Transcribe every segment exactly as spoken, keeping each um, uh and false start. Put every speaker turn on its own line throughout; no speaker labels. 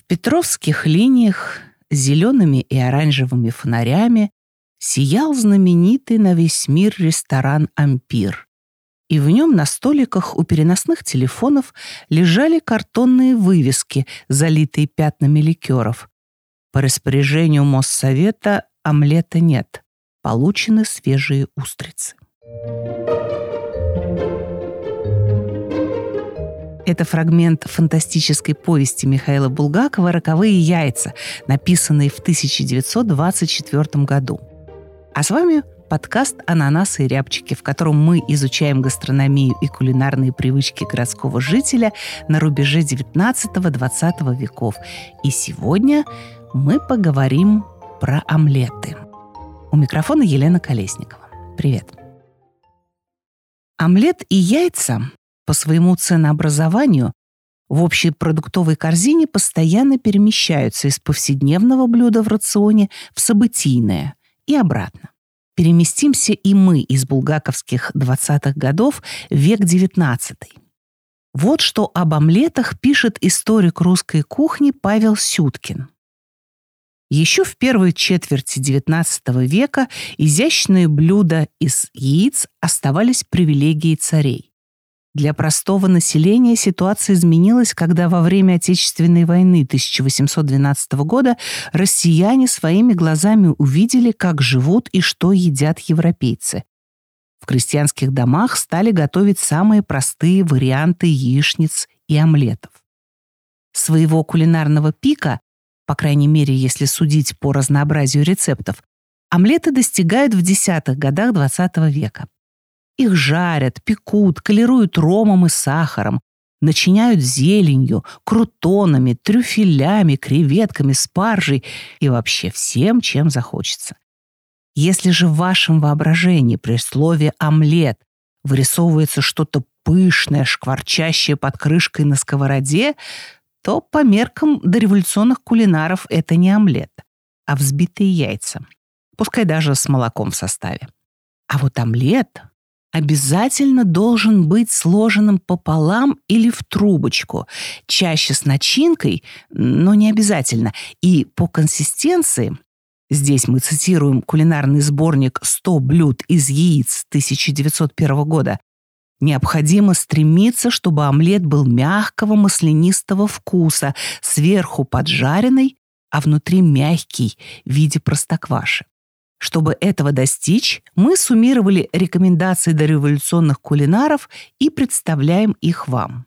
петровских линиях с зелеными и оранжевыми фонарями сиял знаменитый на весь мир ресторан «Ампир». И в нем на столиках у переносных телефонов лежали картонные вывески, залитые пятнами ликеров. По распоряжению Моссовета омлета нет. Получены свежие устрицы. Это фрагмент фантастической повести Михаила Булгакова «Роковые яйца», написанной в тысяча девятьсот двадцать четвёртом году. А с вами подкаст «Ананасы и рябчики», в котором мы изучаем гастрономию и кулинарные привычки городского жителя на рубеже девятнадцатого-двадцатого веков. И сегодня мы поговорим про омлеты. У микрофона Елена Колесникова. Привет. Омлет и яйца по своему ценообразованию в общей продуктовой корзине постоянно перемещаются из повседневного блюда в рационе в событийное и обратно. Переместимся и мы из булгаковских двадцатых годов в век девятнадцатый. Вот что об омлетах пишет историк русской кухни Павел Сюткин. Еще в первой четверти девятнадцатого века изящные блюда из яиц оставались привилегией царей. Для простого населения ситуация изменилась, когда во время Отечественной войны тысяча восемьсот двенадцатого года россияне своими глазами увидели, как живут и что едят европейцы. В крестьянских домах стали готовить самые простые варианты яичниц и омлетов. Своего кулинарного пика, по крайней мере, если судить по разнообразию рецептов, омлеты достигают в десятых годах двадцатого века. Их жарят, пекут, колируют ромом и сахаром, начиняют зеленью, крутонами, трюфелями, креветками, спаржей и вообще всем, чем захочется. Если же в вашем воображении при слове «омлет» вырисовывается что-то пышное, шкварчащее под крышкой на сковороде, то по меркам дореволюционных кулинаров это не омлет, а взбитые яйца, пускай даже с молоком в составе. А вот омлет обязательно должен быть сложенным пополам или в трубочку, чаще с начинкой, но не обязательно, и по консистенции, здесь мы цитируем кулинарный сборник «сто блюд из яиц» тысяча девятьсот первого года, необходимо стремиться, чтобы омлет был мягкого маслянистого вкуса, сверху поджаренный, а внутри мягкий в виде простокваши. Чтобы этого достичь, мы суммировали рекомендации дореволюционных кулинаров и представляем их вам.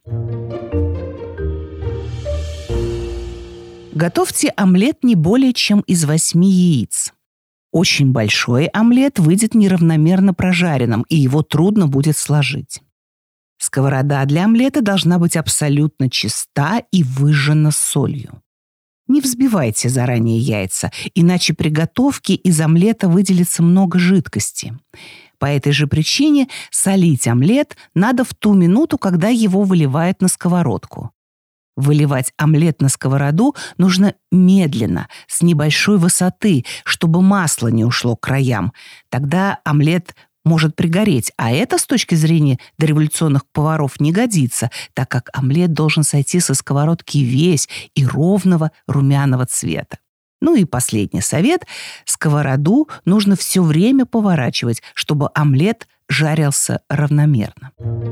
Готовьте омлет не более чем из восьми яиц. Очень большой омлет выйдет неравномерно прожаренным, и его трудно будет сложить. Сковорода для омлета должна быть абсолютно чиста и выжжена солью. Не взбивайте заранее яйца, иначе при готовке из омлета выделится много жидкости. По этой же причине солить омлет надо в ту минуту, когда его выливают на сковородку. Выливать омлет на сковороду нужно медленно, с небольшой высоты, чтобы масло не ушло к краям. Тогда омлет может пригореть, а это с точки зрения дореволюционных поваров не годится, так как омлет должен сойти со сковородки весь и ровного румяного цвета. Ну и последний совет. Сковороду нужно все время поворачивать, чтобы омлет жарился равномерно.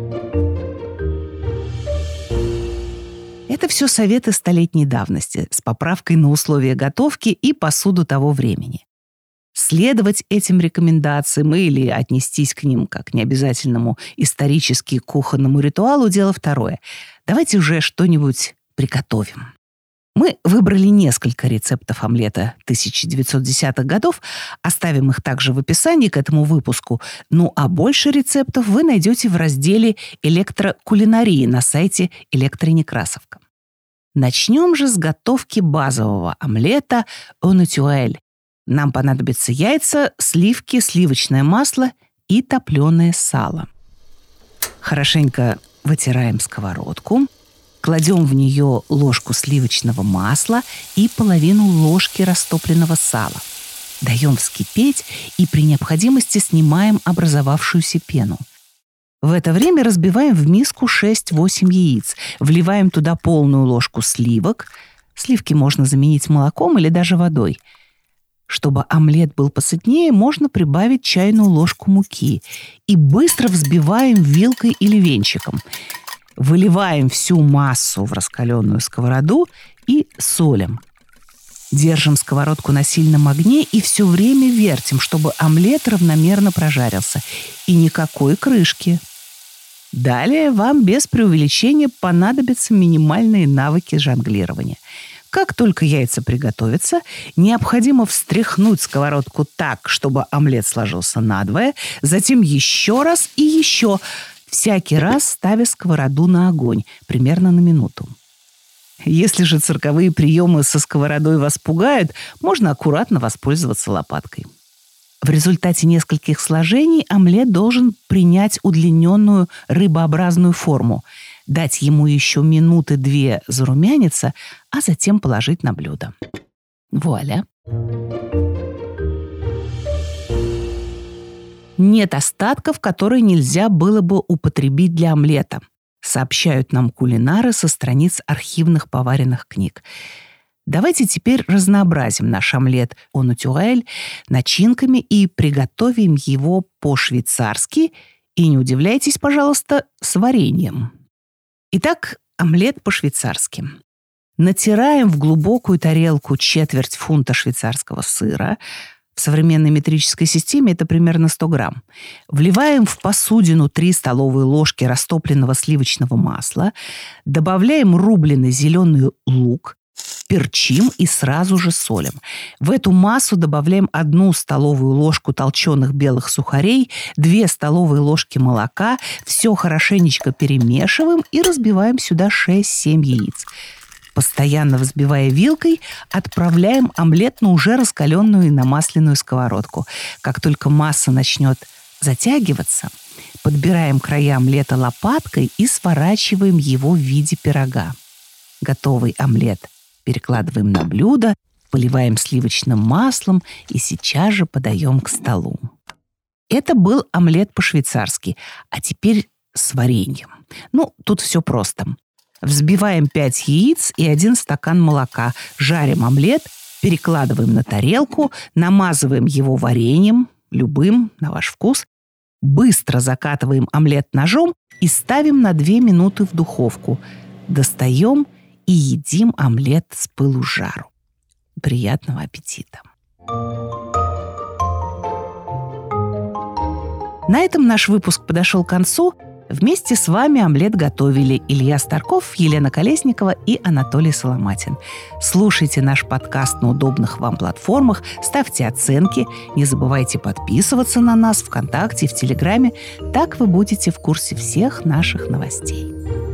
Это все советы столетней давности с поправкой на условия готовки и посуду того времени. Следовать этим рекомендациям или отнестись к ним как к необязательному исторически кухонному ритуалу – дело второе. Давайте уже что-нибудь приготовим. Мы выбрали несколько рецептов омлета тысяча девятьсот десятых годов, оставим их также в описании к этому выпуску. Ну а больше рецептов вы найдете в разделе «Электрокулинарии» на сайте «Электронекрасовка». Начнем же с готовки базового омлета «au naturel». Нам понадобятся яйца, сливки, сливочное масло и топленое сало. Хорошенько вытираем сковородку, кладем в нее ложку сливочного масла и половину ложки растопленного сала. Даем вскипеть и при необходимости снимаем образовавшуюся пену. В это время разбиваем в миску шесть-восемь яиц, вливаем туда полную ложку сливок, Сливки можно заменить молоком или даже водой. Чтобы омлет был посытнее, можно прибавить чайную ложку муки и быстро взбиваем вилкой или венчиком. Выливаем всю массу в раскаленную сковороду и солим. Держим сковородку на сильном огне и все время вертим, чтобы омлет равномерно прожарился. И никакой крышки. Далее вам без преувеличения понадобятся минимальные навыки жонглирования. Как только яйца приготовятся, необходимо встряхнуть сковородку так, чтобы омлет сложился надвое, затем еще раз и еще, всякий раз ставя сковороду на огонь, примерно на минуту. Если же цирковые приемы со сковородой вас пугают, можно аккуратно воспользоваться лопаткой. В результате нескольких сложений омлет должен принять удлиненную рыбообразную форму, дать ему еще минуты две зарумяниться, а затем положить на блюдо. Вуаля! Нет остатков, которые нельзя было бы употребить для омлета, сообщают нам кулинары со страниц архивных поваренных книг. Давайте теперь разнообразим наш омлет au naturel начинками и приготовим его по-швейцарски, и не удивляйтесь, пожалуйста, с вареньем. Итак, омлет по-швейцарски. Натираем в глубокую тарелку четверть фунта швейцарского сыра. В современной метрической системе это примерно сто грамм. Вливаем в посудину три столовые ложки растопленного сливочного масла. Добавляем рубленый зеленый лук. Перчим и сразу же солим. В эту массу добавляем одну столовую ложку толченых белых сухарей, две столовые ложки молока, все хорошенечко перемешиваем и разбиваем сюда шесть-семь яиц. Постоянно взбивая вилкой, отправляем омлет на уже раскаленную и намасленную сковородку. Как только масса начнет затягиваться, подбираем края омлета лопаткой и сворачиваем его в виде пирога. Готовый омлет перекладываем на блюдо, поливаем сливочным маслом и сейчас же подаем к столу. Это был омлет по-швейцарски, а теперь с вареньем. Ну, тут все просто. Взбиваем пять яиц и один стакан молока, жарим омлет, перекладываем на тарелку, намазываем его вареньем, любым, на ваш вкус, быстро закатываем омлет ножом и ставим на две минуты в духовку. Достаем и едим омлет с пылу с жару. Приятного аппетита! На этом наш выпуск подошел к концу. Вместе с вами омлет готовили Илья Старков, Елена Колесникова и Анатолий Соломатин. Слушайте наш подкаст на удобных вам платформах, ставьте оценки, не забывайте подписываться на нас ВКонтакте и в Телеграме. Так вы будете в курсе всех наших новостей.